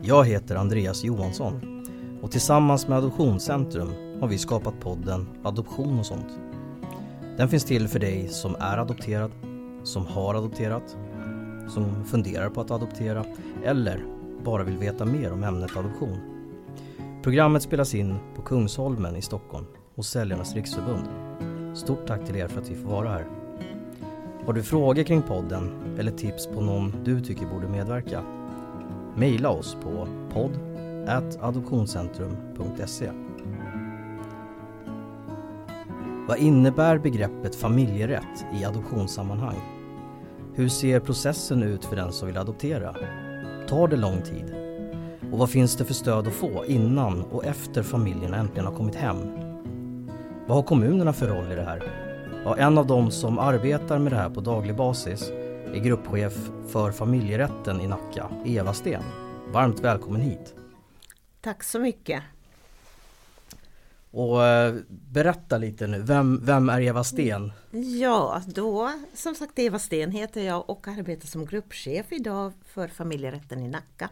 Jag heter Andreas Johansson och tillsammans med Adoptionscentrum har vi skapat podden Adoption och sånt. Den finns till för dig som är adopterad, som har adopterat, som funderar på att adoptera eller bara vill veta mer om ämnet adoption. Programmet spelas in på Kungsholmen i Stockholm hos Säljarnas Riksförbund. Stort tack till er för att vi får vara här. Har du frågor kring podden eller tips på någon du tycker borde medverka? Maila oss på podd@adoptionscentrum.se. Vad innebär begreppet familjerätt i adoptionssammanhang? Hur ser processen ut för den som vill adoptera? Tar det lång tid? Och vad finns det för stöd att få innan och efter familjerna äntligen har kommit hem? Vad har kommunerna för roll i det här? Ja, en av dem som arbetar med det här på daglig basis är gruppchef för familjerätten i Nacka, Eva Sten. Varmt välkommen hit. Tack så mycket. Och berätta lite nu, vem är Eva Sten? Ja, då som sagt Eva Sten heter jag och arbetar som gruppchef idag för familjerätten i Nacka.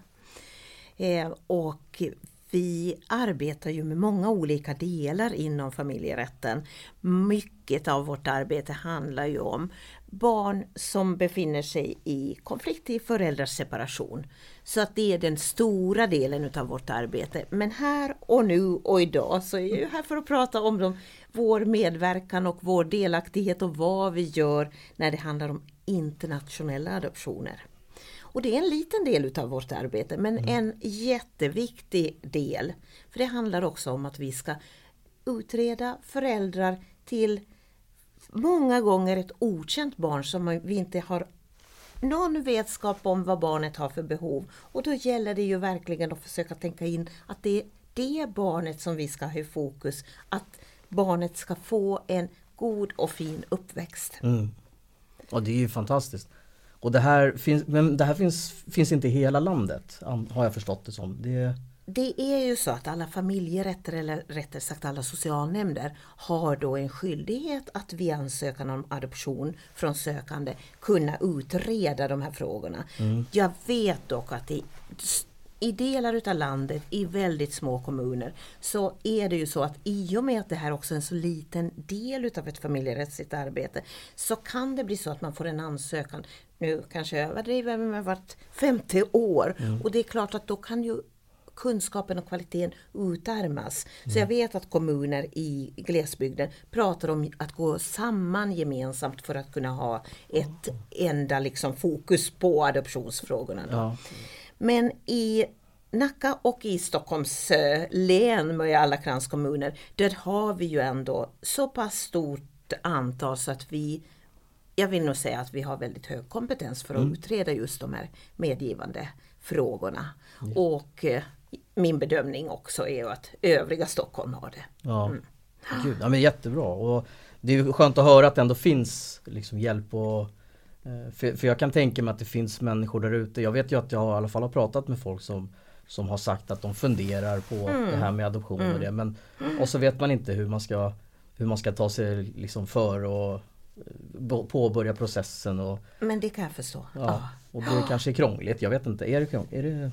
Och vi arbetar ju med många olika delar inom familjerätten. Mycket av vårt arbete handlar ju om barn som befinner sig i konflikt i föräldrars separation. Så att det är den stora delen av vårt arbete. Men här och nu och idag så är jag ju här för att prata om vår medverkan och vår delaktighet och vad vi gör när det handlar om internationella adoptioner. Och det är en liten del av vårt arbete, men en jätteviktig del. För det handlar också om att vi ska utreda föräldrar till många gånger ett okänt barn som vi inte har någon vetskap om vad barnet har för behov. Och då gäller det ju verkligen att försöka tänka in att det är det barnet som vi ska ha i fokus. Att barnet ska få en god och fin uppväxt. Och det är ju fantastiskt. Och det här finns inte i hela landet, har jag förstått det som. Det är ju så att alla familjerätter, eller rättare sagt alla socialnämnder, har då en skyldighet att vid ansökan om adoption från sökande kunna utreda de här frågorna. Jag vet dock att i delar av landet, i väldigt små kommuner, så är det ju så att i och med att det här också är en så liten del av ett familjerättsligt arbete, så kan det bli så att man får en ansökan, nu kanske jag överdriver med vart 50 år. Och det är klart att då kan ju kunskapen och kvaliteten utarmas. Så jag vet att kommuner i glesbygden pratar om att gå samman gemensamt för att kunna ha ett enda fokus på adoptionsfrågorna. Ja. Men i Nacka och i Stockholms län med alla kranskommuner, där har vi ju ändå så pass stort antal så att jag vill nog säga att vi har väldigt hög kompetens för att utreda just de här medgivande frågorna. Och min bedömning också är att övriga Stockholm har det. Ja, Gud, ja, men jättebra. Och det är skönt att höra att det ändå finns hjälp och för jag kan tänka mig att det finns människor där ute. Jag vet ju att jag i alla fall har pratat med folk som har sagt att de funderar på det här med adoption och det. Men, och så vet man inte hur man ska ta sig för och påbörja processen. Men det kan jag förstå. Ja, och det kanske är krångligt. Jag vet inte. Är det krångligt?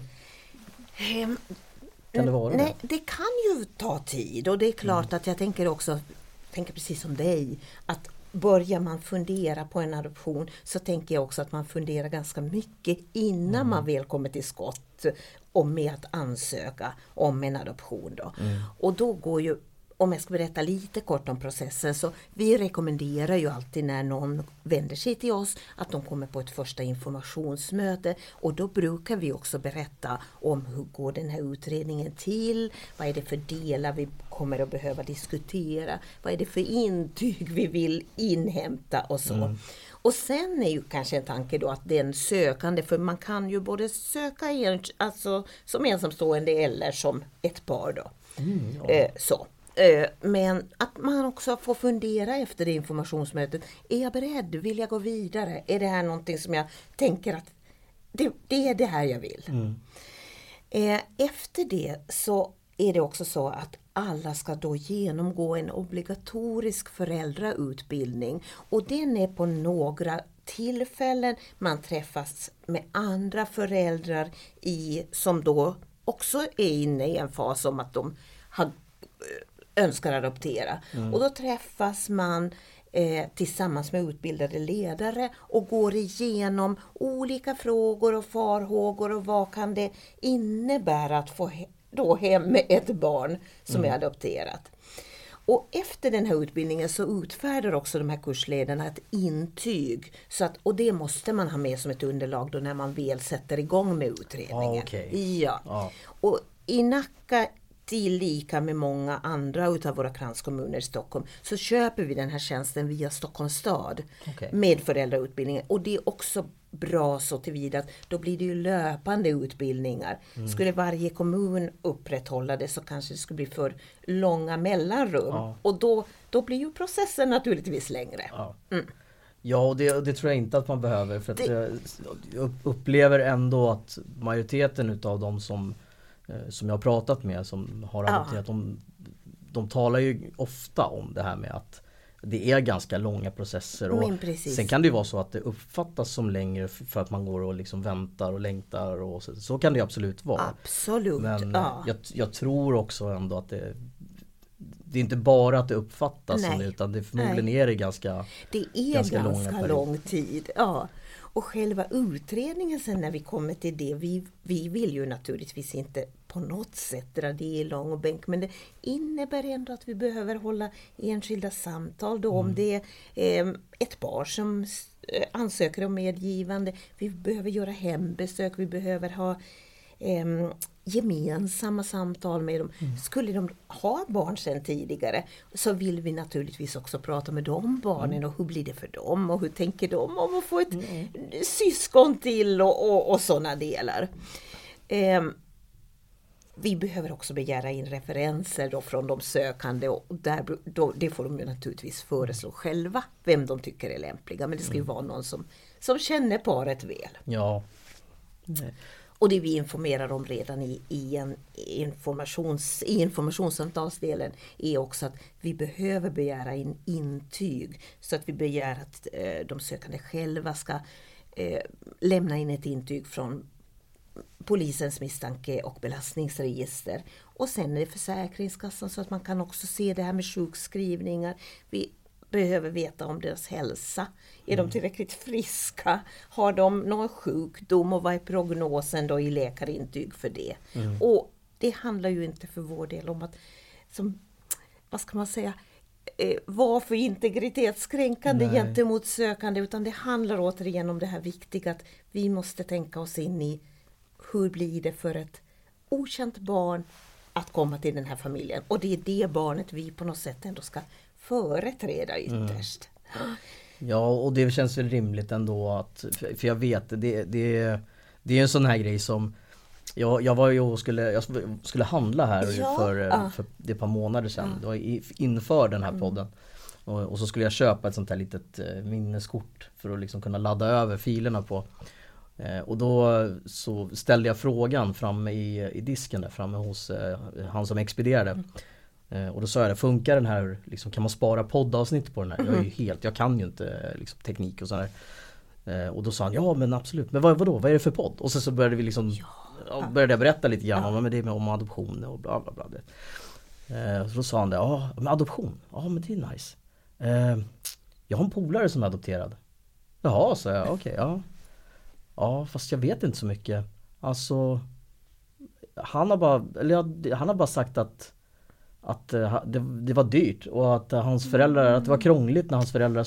Kan det vara nej, det kan ju ta tid. Och det är klart att jag tänker precis som dig, att börjar man fundera på en adoption så tänker jag också att man funderar ganska mycket innan man väl kommer till skott med att ansöka om en adoption då. Och då går ju, om jag ska berätta lite kort om processen, så vi rekommenderar ju alltid när någon vänder sig till oss att de kommer på ett första informationsmöte, och då brukar vi också berätta om hur går den här utredningen till, vad är det för delar vi kommer att behöva diskutera, vad är det för intyg vi vill inhämta och så. Och sen är ju kanske en tanke då att den sökande, för man kan ju både söka som ensamstående eller som ett par då. Så. Men att man också får fundera efter det informationsmötet. Är jag beredd? Vill jag gå vidare? Är det här någonting som jag tänker att det är det här jag vill? Efter det så är det också så att alla ska då genomgå en obligatorisk föräldrautbildning. Och den är på några tillfällen. Man träffas med andra föräldrar som då också är inne i en fas om att de önskar adoptera. Och då träffas man tillsammans med utbildade ledare och går igenom olika frågor och farhågor och vad kan det innebära att få då hem med ett barn som är adopterat. Och efter den här utbildningen så utfärdar också de här kursledarna ett intyg. Så att, och det måste man ha med som ett underlag då när man väl sätter igång med utredningen. Ja. Och i Nacka tillika med många andra utav våra kranskommuner i Stockholm så köper vi den här tjänsten via Stockholms stad med föräldrautbildningen. Och det är också bra så tillvida att då blir det ju löpande utbildningar. Skulle varje kommun upprätthålla det så kanske det skulle bli för långa mellanrum. Och då blir ju processen naturligtvis längre. Ja, och det tror jag inte att man behöver. För att jag upplever ändå att majoriteten utav de som jag har pratat med som har adopterat, de talar ju ofta om det här med att det är ganska långa processer och sen kan det ju vara så att det uppfattas som längre för att man går och liksom väntar och längtar och så kan det absolut vara. Absolut. Men jag tror också ändå att det är inte bara att det uppfattas som det, utan det förmodligen är det ganska ganska lång tid. Ja. Och själva utredningen sen när vi kommer till det, vi vill ju naturligtvis inte på något sätt dra det i lång och bänk, men det innebär ändå att vi behöver hålla enskilda samtal då om det är ett par som ansöker om medgivande. Vi behöver göra hembesök, vi behöver ha gemensamma samtal med dem. Skulle de ha barn sedan tidigare så vill vi naturligtvis också prata med de barnen och hur blir det för dem och hur tänker de om att få ett syskon till och sådana delar. Vi behöver också begära in referenser då från de sökande och det får de ju naturligtvis föreslå själva vem de tycker är lämpliga, men det ska ju vara någon som känner paret väl. Ja. Och det vi informerar om redan i informationssamtalsdelen är också att vi behöver begära in intyg. Så att vi begär att de sökande själva ska lämna in ett intyg från polisens misstanke- och belastningsregister. Och sen är det Försäkringskassan så att man kan också se det här med sjukskrivningar. Vi behöver veta om deras hälsa. Är de tillräckligt friska? Har de någon sjukdom och vad är prognosen då i läkarintyg för det? Och det handlar ju inte för vår del om att, vad ska man säga, vara för integritetskränkande gentemot sökande, utan det handlar återigen om det här viktiga att vi måste tänka oss in i hur blir det för ett okänt barn att komma till den här familjen. Och det är det barnet vi på något sätt ändå ska företräda ytterst. Ja, och det känns väl rimligt ändå att, för jag vet det är en sån här grej som jag var ju och skulle handla här för ett par månader sedan. Det var inför den här podden. Och så skulle jag köpa ett sånt här litet minneskort för att liksom kunna ladda över filerna på. Och då så ställde jag frågan framme i disken där framme hos han som expedierade. Och då sa jag det, funkar den här, liksom, kan man spara poddavsnitt på den här? Jag kan ju inte liksom, teknik och sådär. Och då sa han, ja men absolut, men vadå, vad är det för podd? Och så började vi liksom, började jag berätta lite grann om det med om adoption och bla bla bla. Så då sa han det, ja men adoption, ja men det är nice. Jag har en polare som är adopterad. Jaha, sa jag, okej, ja. Ja, fast jag vet inte så mycket. Alltså, han har bara sagt att det var dyrt och att hans föräldrar, att det var krångligt när hans föräldrar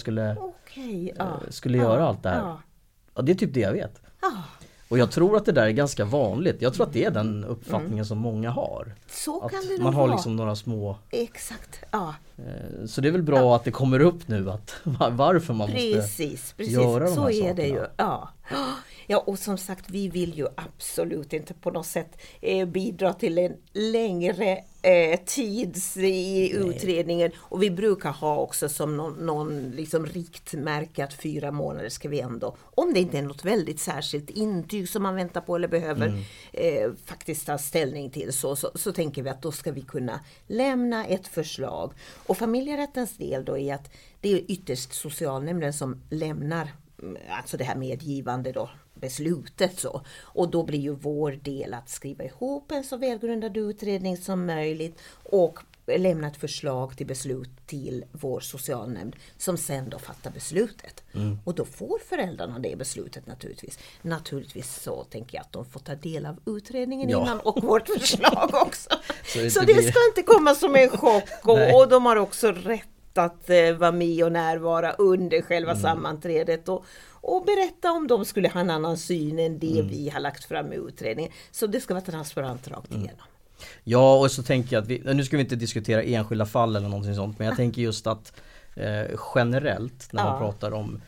skulle göra allt det här. Ja, det är typ det jag vet. Och jag tror att det där är ganska vanligt. Jag tror att det är den uppfattningen som många har. Så att kan det man har vara. liksom några små... Exakt, ja. Så det är väl bra att det kommer upp nu att varför man måste göra de här så är sakerna. det ju. Ja, och som sagt, vi vill ju absolut inte på något sätt bidra till en längre tids i utredningen. Och vi brukar ha också som någon liksom riktmärke att 4 månader ska vi ändå, om det inte är något väldigt särskilt intyg som man väntar på eller behöver faktiskt ta ställning till, så tänker vi att då ska vi kunna lämna ett förslag. Och familjerättens del då är att det är ytterst socialnämnden som lämnar alltså det här medgivande då beslutet så. Och då blir ju vår del att skriva ihop en så välgrundad utredning som möjligt och lämna ett förslag till beslut till vår socialnämnd som sen då fattar beslutet. Och då får föräldrarna det beslutet naturligtvis. Naturligtvis så tänker jag att de får ta del av utredningen innan och vårt förslag också. Så det ska inte komma som en chock och de har också rätt att vara med och närvara under själva sammanträdet och berätta om de skulle ha en annan syn än det vi har lagt fram i utredningen. Så det ska vara transparent rakt igenom. Ja, och så tänker jag att nu ska vi inte diskutera enskilda fall eller någonting sånt, men jag tänker just att generellt när man pratar om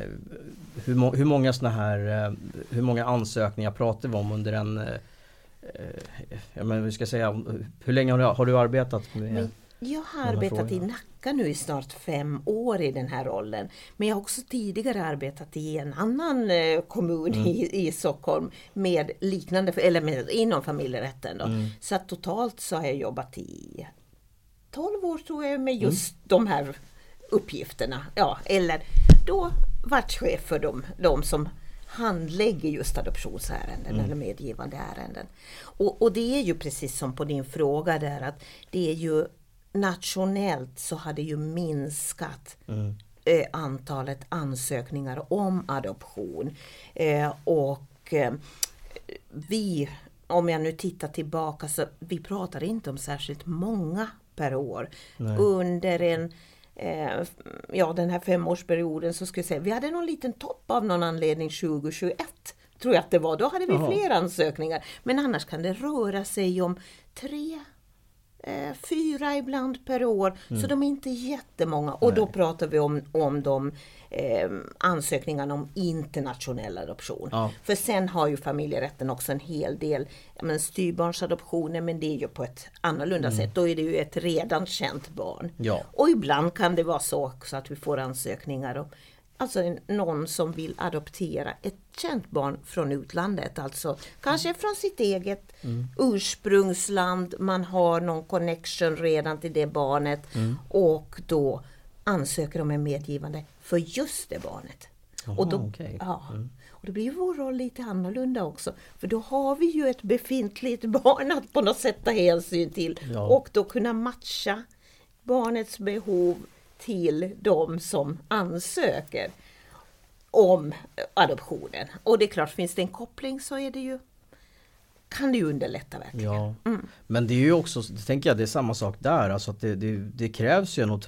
hur många ansökningar pratar vi om under en vi ska säga, hur länge har du arbetat med? Jag har arbetat i Nacka nu i snart 5 år i den här rollen. Men jag har också tidigare arbetat i en annan kommun i Stockholm med liknande, eller inom familjerätten då. Så att totalt så har jag jobbat i 12 år tror jag med just de här uppgifterna. Ja, eller då varit chef för de som handlägger just adoptionsärenden eller medgivande ärenden. Och det är ju precis som på din fråga där att det är ju nationellt så har det ju minskat antalet ansökningar om adoption. Vi, om jag nu tittar tillbaka, så vi pratar inte om särskilt många per år. Nej. Under den här 5-årsperioden så skulle jag säga, vi hade någon liten topp av någon anledning 2021. Tror jag att det var. Då hade vi fler ansökningar. Men annars kan det röra sig om 3-4 ibland per år. Så de är inte jättemånga. Och då pratar vi om de ansökningarna om internationell adoption. Ja. För sen har ju familjerätten också en hel del styrbarnsadoptioner, men det är ju på ett annorlunda sätt. Då är det ju ett redan känt barn. Ja. Och ibland kan det vara så också att vi får ansökningar om någon som vill adoptera ett känt barn från utlandet. Alltså kanske från sitt eget ursprungsland. Man har någon connection redan till det barnet. Och då ansöker de en medgivande för just det barnet. Och då och det blir ju vår roll lite annorlunda också. För då har vi ju ett befintligt barn att på något sätt ta hänsyn till. Ja. Och då kunna matcha barnets behov till de som ansöker om adoptionen. Och det är klart, finns det en koppling så är det ju, kan det ju underlätta verkligen. Ja. Men det är ju också, tänker jag, det är samma sak där. Alltså att det krävs ju en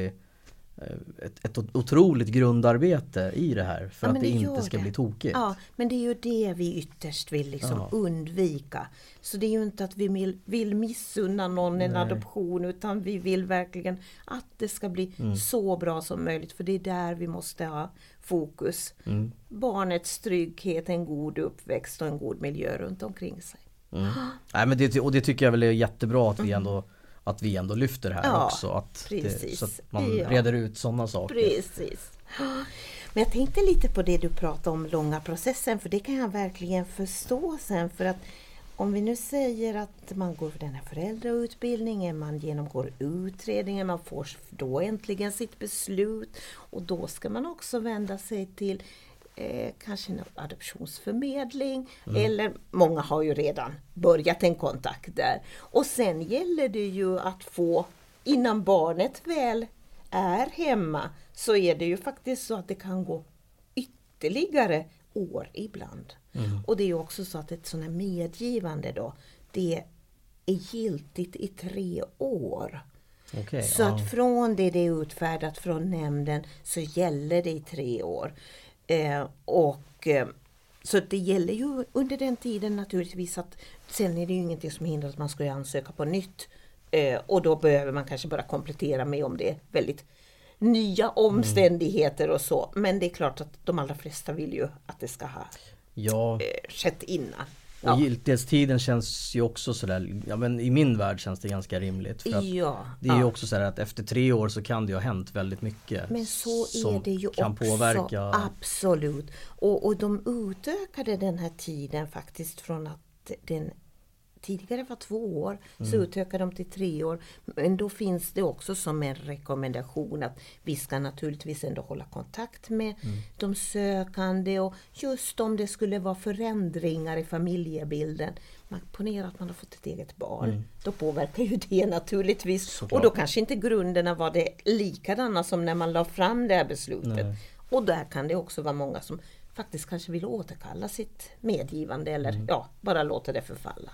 ett otroligt grundarbete i det här för att det inte ska bli tokigt. Ja, men det är ju det vi ytterst vill undvika. Så det är ju inte att vi vill missunna någon en adoption, utan vi vill verkligen att det ska bli så bra som möjligt, för det är där vi måste ha fokus. Barnets trygghet, en god uppväxt och en god miljö runt omkring sig. Nej, men det tycker jag väl är jättebra att vi ändå lyfter det här också. Så att man reder ut sådana saker. Precis. Men jag tänkte lite på det du pratade om, långa processen. För det kan jag verkligen förstå sen. För att om vi nu säger att man går för den här föräldrautbildningen, man genomgår utredningen, man får då äntligen sitt beslut. Och då ska man också vända sig till kanske en adoptionsförmedling, eller många har ju redan börjat en kontakt där. Och sen gäller det ju att få, innan barnet väl är hemma, så är det ju faktiskt så att det kan gå ytterligare år ibland. Och det är ju också så att ett sådant här medgivande då, det är giltigt i 3 år. Okay, så att från det är utfärdat från nämnden så gäller det i 3 år. Så det gäller ju under den tiden naturligtvis, att sen är det ju ingenting som hindrar att man ska ansöka på nytt. Och då behöver man kanske bara komplettera med om det är väldigt nya omständigheter och så. Men det är klart att de allra flesta vill ju att det ska ha skett innan. Och giltighetstiden känns ju också sådär, men i min värld känns det ganska rimligt. För att det är ju också så att efter 3 år så kan det ju ha hänt väldigt mycket. Men så är det ju kan också, påverka. Absolut. Och de utökade den här tiden faktiskt från att den tidigare var 2 år, så utökar de till 3 år. Men då finns det också som en rekommendation att vi ska naturligtvis ändå hålla kontakt med de sökande, och just om det skulle vara förändringar i familjebilden. Man ponerar att man har fått ett eget barn. Då påverkar ju det naturligtvis. Såklart. Och då kanske inte grunderna var det likadana som när man la fram det här beslutet. Nej. Och där kan det också vara många som faktiskt kanske vill återkalla sitt medgivande eller bara låta det förfalla.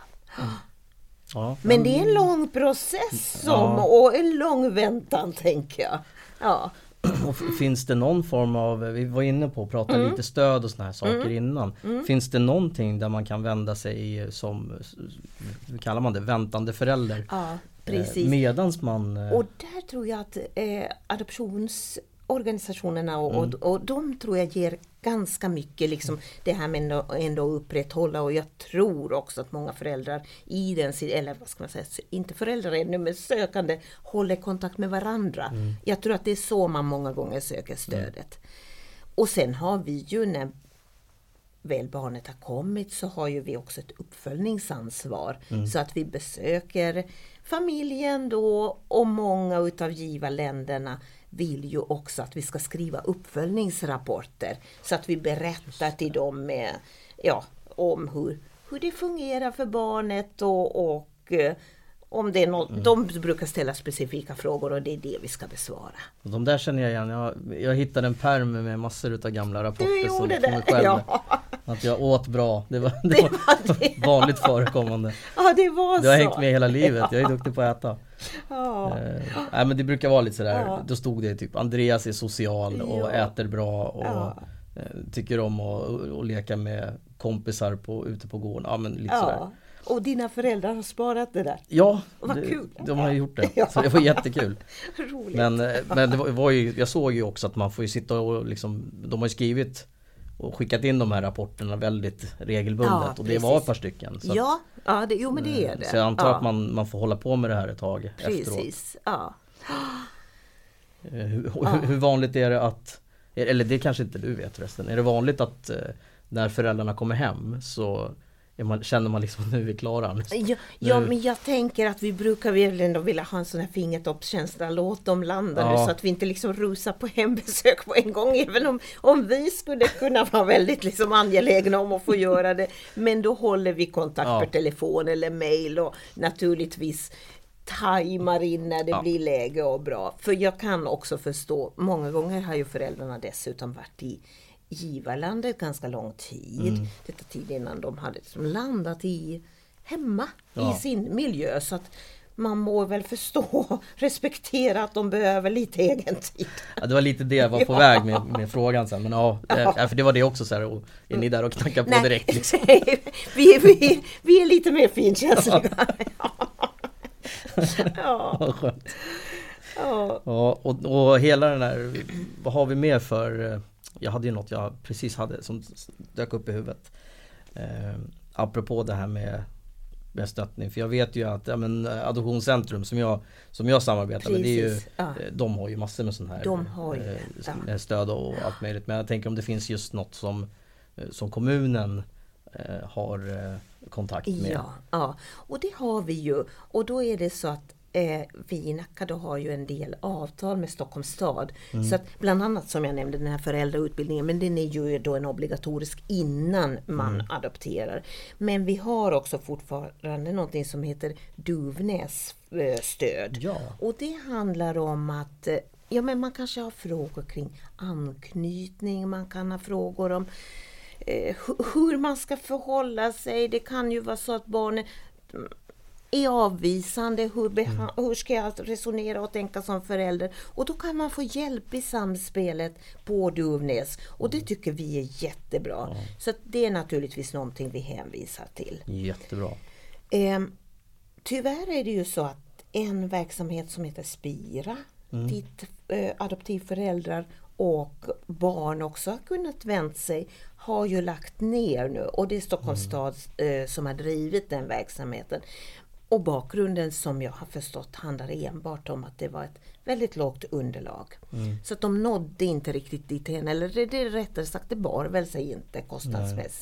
Ja. Men det är en lång process och en lång väntan, tänker jag. Ja. Och finns det någon form av, vi var inne på att prata lite stöd och såna här saker innan. Finns det någonting där man kan vända sig som, hur kallar man det, väntande förälder? Ja, precis. Medans man... Och där tror jag att adoptionsorganisationerna och de tror jag ger ganska mycket liksom det här med ändå upprätthålla, och jag tror också att många föräldrar i den, eller vad ska man säga, inte föräldrar ännu men sökande, håller kontakt med varandra. Jag tror att det är så man många gånger söker stödet. Och sen har vi ju, när väl barnet har kommit, så har ju vi också ett uppföljningsansvar, så att vi besöker familjen då, och många utav givarländerna vill ju också att vi ska skriva uppföljningsrapporter, så att vi berättar till dem med, om hur det fungerar för barnet, och om det är något, de brukar ställa specifika frågor, och det är det vi ska besvara. Och de där känner jag igen. Jag hittade en pärm med massor av gamla rapporter som det mig själv. Ja. Att jag åt bra. Det var vanligt förekommande. Ja, det var så. Det har hängt med hela livet. Jag är duktig på att äta. Ja. Nej, men det brukar vara lite sådär. Då stod det typ Andreas är social och äter bra och tycker om att leka med kompisar ute på gården. Ja, men lite sådär. Och dina föräldrar har sparat det där. Ja, kul. De har gjort det. Så det var jättekul. Roligt. Men det var ju, jag såg ju också att man får ju sitta och liksom, de har ju skrivit och skickat in de här rapporterna väldigt regelbundet, och det var ett par stycken. Så men det är det. Så jag antar att man får hålla på med det här ett tag efteråt. Precis, ja. Hur vanligt är det att, eller det kanske inte du vet förresten, är det vanligt att när föräldrarna kommer hem så känner man liksom nu är vi klara? Men jag tänker att vi brukar väl ändå vilja ha en sån här fingertoppskänsla, låt dem landa nu, så att vi inte liksom rusar på hembesök på en gång, även om vi skulle kunna vara väldigt liksom angelägna om att få göra det. Men då håller vi kontakt per telefon eller mejl, och naturligtvis tajmar in när det blir läge och bra. För jag kan också förstå, många gånger har ju föräldrarna dessutom varit i givarlandet ganska lång tid. Detta tid innan de hade landat hemma i sin miljö, så att man må väl förstå, respektera att de behöver lite egen tid. Ja, det var lite det jag var på väg med frågan sen. Men för det var det också så här, och är ni där och knackar på direkt? Liksom. vi är lite mer finkänsliga. Skönt. Och hela den här, vad har vi mer för... Jag hade ju något jag precis hade som dök upp i huvudet. Apropå det här med stöttning. För jag vet ju att Adoptionscentrum som jag samarbetar med, det är ju, de har ju massor med sån här stöd och allt möjligt. Men jag tänker om det finns just något som kommunen har kontakt med. Ja, och det har vi ju. Och då är det så att vi i Nacka då har ju en del avtal med Stockholms stad. Så att bland annat som jag nämnde den här föräldrautbildningen, men den är ju då en obligatorisk innan man adopterar. Men vi har också fortfarande någonting som heter Duvnäs stöd. Ja. Och det handlar om att men man kanske har frågor kring anknytning, man kan ha frågor om hur man ska förhålla sig. Det kan ju vara så att barnen är avvisande, hur ska jag resonera och tänka som förälder, och då kan man få hjälp i samspelet på Duvnäs, och det tycker vi är jättebra. Så att det är naturligtvis någonting vi hänvisar till. Jättebra. Tyvärr är det ju så att en verksamhet som heter Spira, dit adoptivföräldrar och barn också har kunnat vända sig, har ju lagt ner nu, och det är Stockholms stad som har drivit den verksamheten. Och bakgrunden som jag har förstått handlar enbart om att det var ett väldigt lågt underlag. Så att de nådde inte riktigt dit än, eller det är rättare sagt, det bar väl sig inte kostnadsmässigt.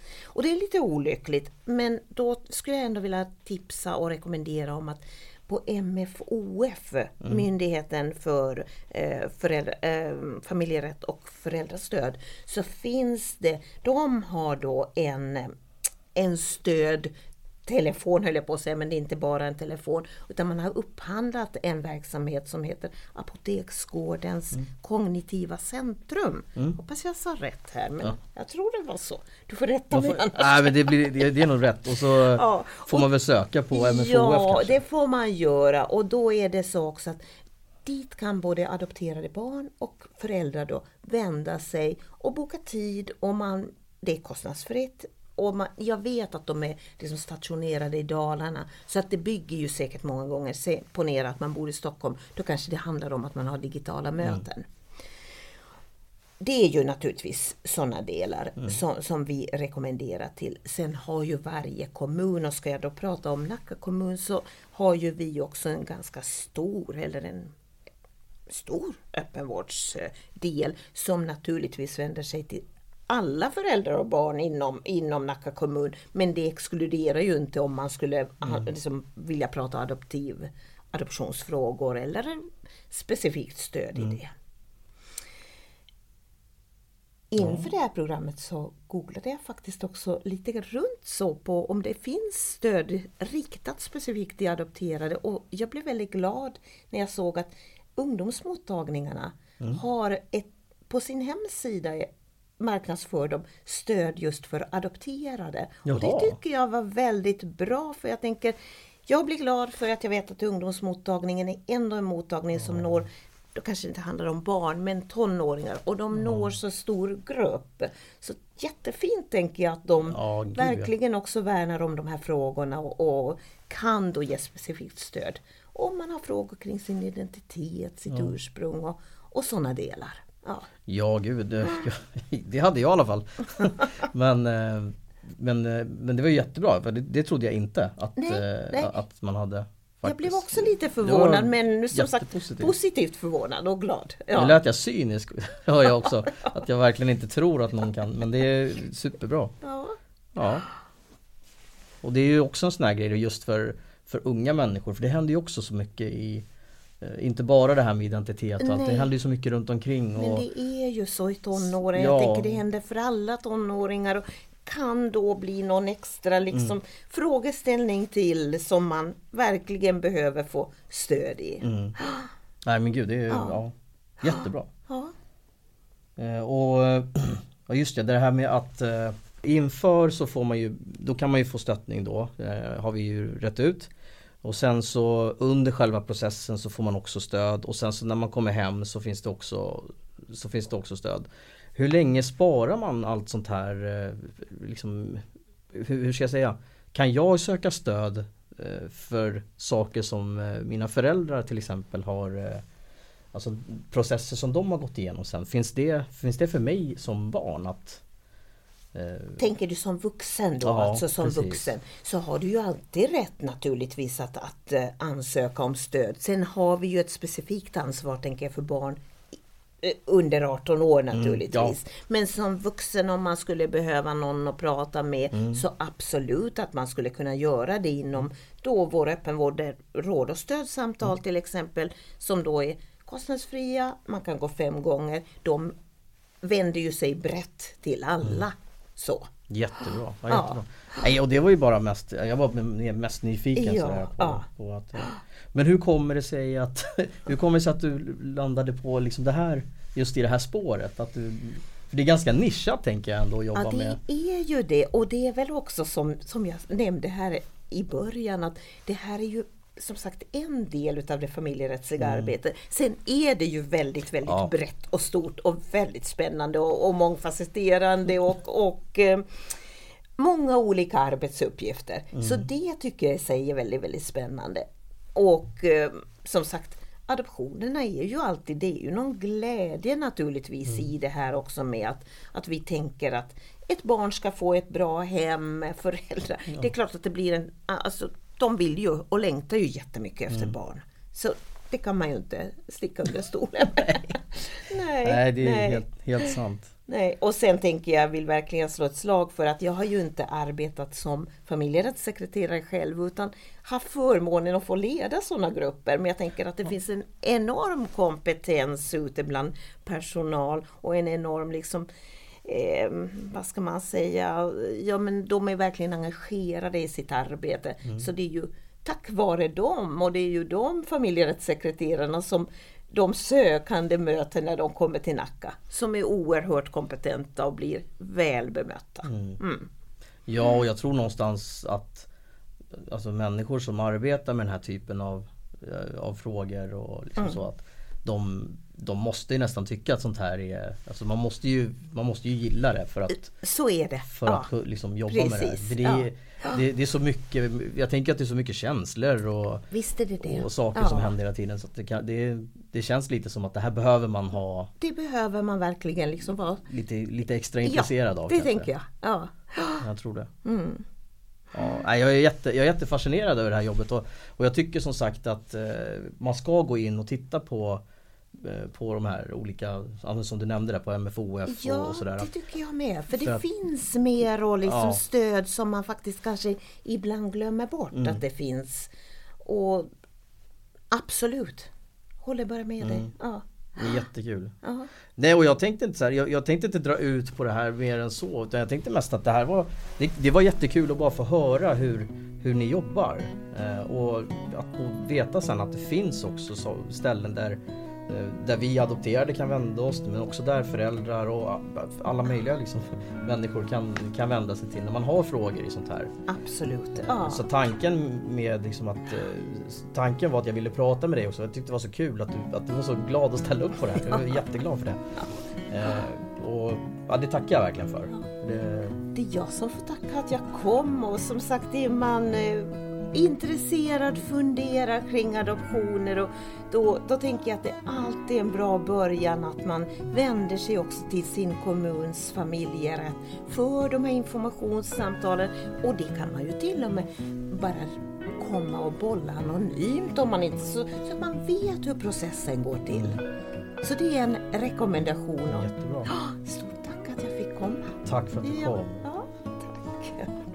Och det är lite olyckligt, men då skulle jag ändå vilja tipsa och rekommendera om att på MFOF, Myndigheten för familjerätt och föräldrastöd, så finns det, de har då en stödtelefon, höll jag på att säga, men det är inte bara en telefon, utan man har upphandlat en verksamhet som heter Apoteksgårdens kognitiva centrum. Hoppas jag sa rätt här, men jag tror det var så. Du får rätta mig annars. Nej, men det är nog rätt. Och så får man väl söka på MFOF kanske. Det får man göra. Och då är det så också att dit kan både adopterade barn och föräldrar då vända sig och boka tid. Det är kostnadsfritt. Och jag vet att de är liksom stationerade i Dalarna, så att det bygger ju säkert många gånger. Ponera att man bor i Stockholm, då kanske det handlar om att man har digitala möten. Det är ju naturligtvis sådana delar som vi rekommenderar till. Sen har ju varje kommun, och ska jag då prata om Nacka kommun, så har ju vi också en ganska stor öppenvårdsdel som naturligtvis vänder sig till alla föräldrar och barn inom Nacka kommun, men det exkluderar ju inte om man skulle liksom vilja prata adoptionsfrågor eller specifikt stöd i det. Inför det här programmet så googlade jag faktiskt också lite runt så på om det finns stöd riktat specifikt till adopterade, och jag blev väldigt glad när jag såg att ungdomsmottagningarna har på sin hemsida marknadsför de stöd just för adopterade. Jaha. Och det tycker jag var väldigt bra, för jag tänker, jag blir glad för att jag vet att ungdomsmottagningen är ändå en mottagning som når, då kanske det inte handlar om barn, men tonåringar, och de når så stor grupp. Så jättefint tänker jag att de verkligen också värnar om de här frågorna och kan då ge specifikt stöd. Om man har frågor kring sin identitet, sitt ursprung och sådana delar. Ja, gud, det hade jag i alla fall. men det var ju jättebra, för det trodde jag inte att man hade. Jag blev också lite förvånad, men som sagt positivt förvånad och glad. Nu lät jag cynisk, hör jag också, att jag verkligen inte tror att någon kan, men det är superbra. Ja. Och det är ju också en sån här grej just för unga människor, för det händer ju också så mycket inte bara det här med identitet, och allt. Det händer ju så mycket runt omkring. Men det är ju så i tonåringar. Jag tänker det händer för alla tonåringar, och kan då bli någon extra frågeställning till som man verkligen behöver få stöd i. Nej, men gud, det är jättebra. Och just det här med att inför så får man ju, då kan man ju få stöttning då, har vi ju rätt ut. Och sen så under själva processen så får man också stöd, och sen så när man kommer hem så finns det också stöd. Hur länge sparar man allt sånt här, liksom, hur ska jag säga? Kan jag söka stöd för saker som mina föräldrar till exempel har, alltså processer som de har gått igenom sen? Finns det för mig som barn att... Tänker du som vuxen då, alltså som precis. Vuxen, så har du ju alltid rätt naturligtvis att ansöka om stöd. Sen har vi ju ett specifikt ansvar, tänker jag, för barn under 18 år naturligtvis. Men som vuxen, om man skulle behöva någon att prata med, så absolut att man skulle kunna göra det inom då vår öppenvård, råd- och stödsamtal till exempel, som då är kostnadsfria. Man kan gå 5 gånger. De vänder ju sig brett till alla. Så. Jättebra. Jättebra. Nej, och det var ju bara mest nyfiken på att, men hur kommer det sig att du landade på liksom det här, just i det här spåret, att du, för det är ganska nischat, tänker jag ändå, att jobba med. Ja, det är ju det, och det är väl också som jag nämnde här i början, att det här är ju som sagt en del av det familjerättsliga arbetet. Sen är det ju väldigt, väldigt brett och stort och väldigt spännande och mångfacetterande och många olika arbetsuppgifter. Så det tycker jag i sig är väldigt, väldigt spännande. Och som sagt, adoptionerna är ju alltid, det är ju någon glädje naturligtvis i det här också, med att vi tänker att ett barn ska få ett bra hem med föräldrar. Det är klart att det blir de vill ju och längtar ju jättemycket efter barn. Så Det kan man ju inte sticka under stolen med. Nej, det är helt sant. Nej, och sen tänker jag vill verkligen slå ett slag för att jag har ju inte arbetat som familjerättssekreterare själv utan har förmånen att få leda sådana grupper. Men jag tänker att det finns en enorm kompetens ute bland personal och en enorm liksom, vad ska man säga, ja men de är verkligen engagerade i sitt arbete. Så det är ju tack vare dem och det är ju de familjerättssekreterarna som de sökande möter när de kommer till Nacka som är oerhört kompetenta och blir väl bemötta. Ja, och jag tror någonstans att alltså människor som arbetar med den här typen av frågor och liksom så att de måste ju nästan tycka att sånt här är, alltså man måste ju gilla det för att så är det. För att liksom jobba med det här. För det är så mycket, jag tänker att det är så mycket känslor och, visst är det. Och saker som händer hela tiden så att det känns lite som att det här behöver man ha. Det behöver man verkligen liksom vara lite extra intresserad av. Det kanske. Tänker jag. Ja. Jag tror det. Ja, jag är jättefascinerad över det här jobbet och jag tycker som sagt att man ska gå in och titta på de här olika, som du nämnde där på MFOF och sådär. Ja, det tycker jag med. För det finns mer och liksom stöd som man faktiskt kanske ibland glömmer bort att det finns. Och absolut, håller bara med dig. Ja. Det är jättekul. Nej, och jag tänkte inte så här, jag tänkte inte dra ut på det här mer än så, utan jag tänkte mest att det här var det var jättekul att bara få höra hur ni jobbar och att veta sen att det finns också så ställen där vi adopterade kan vända oss, men också där föräldrar och alla möjliga liksom, människor kan vända sig till när man har frågor i sånt här. Absolut. Så tanken med liksom tanken var att jag ville prata med dig också. Jag tyckte det var så kul att du var så glad att ställa upp på det här. Jag var jätteglad för det. Och det tackar jag verkligen för. Det är jag som får tacka att jag kom, och som sagt är man intresserad, funderar kring adoptioner, och då tänker jag att det alltid är en bra början att man vänder sig också till sin kommuns familjerätt för de här informationssamtalen, och det kan man ju till och med bara komma och bolla anonymt om man inte så att man vet hur processen går till. Så det är en rekommendation. Jättebra. Stort tack att jag fick komma. Tack för att du kom. Ja, tack.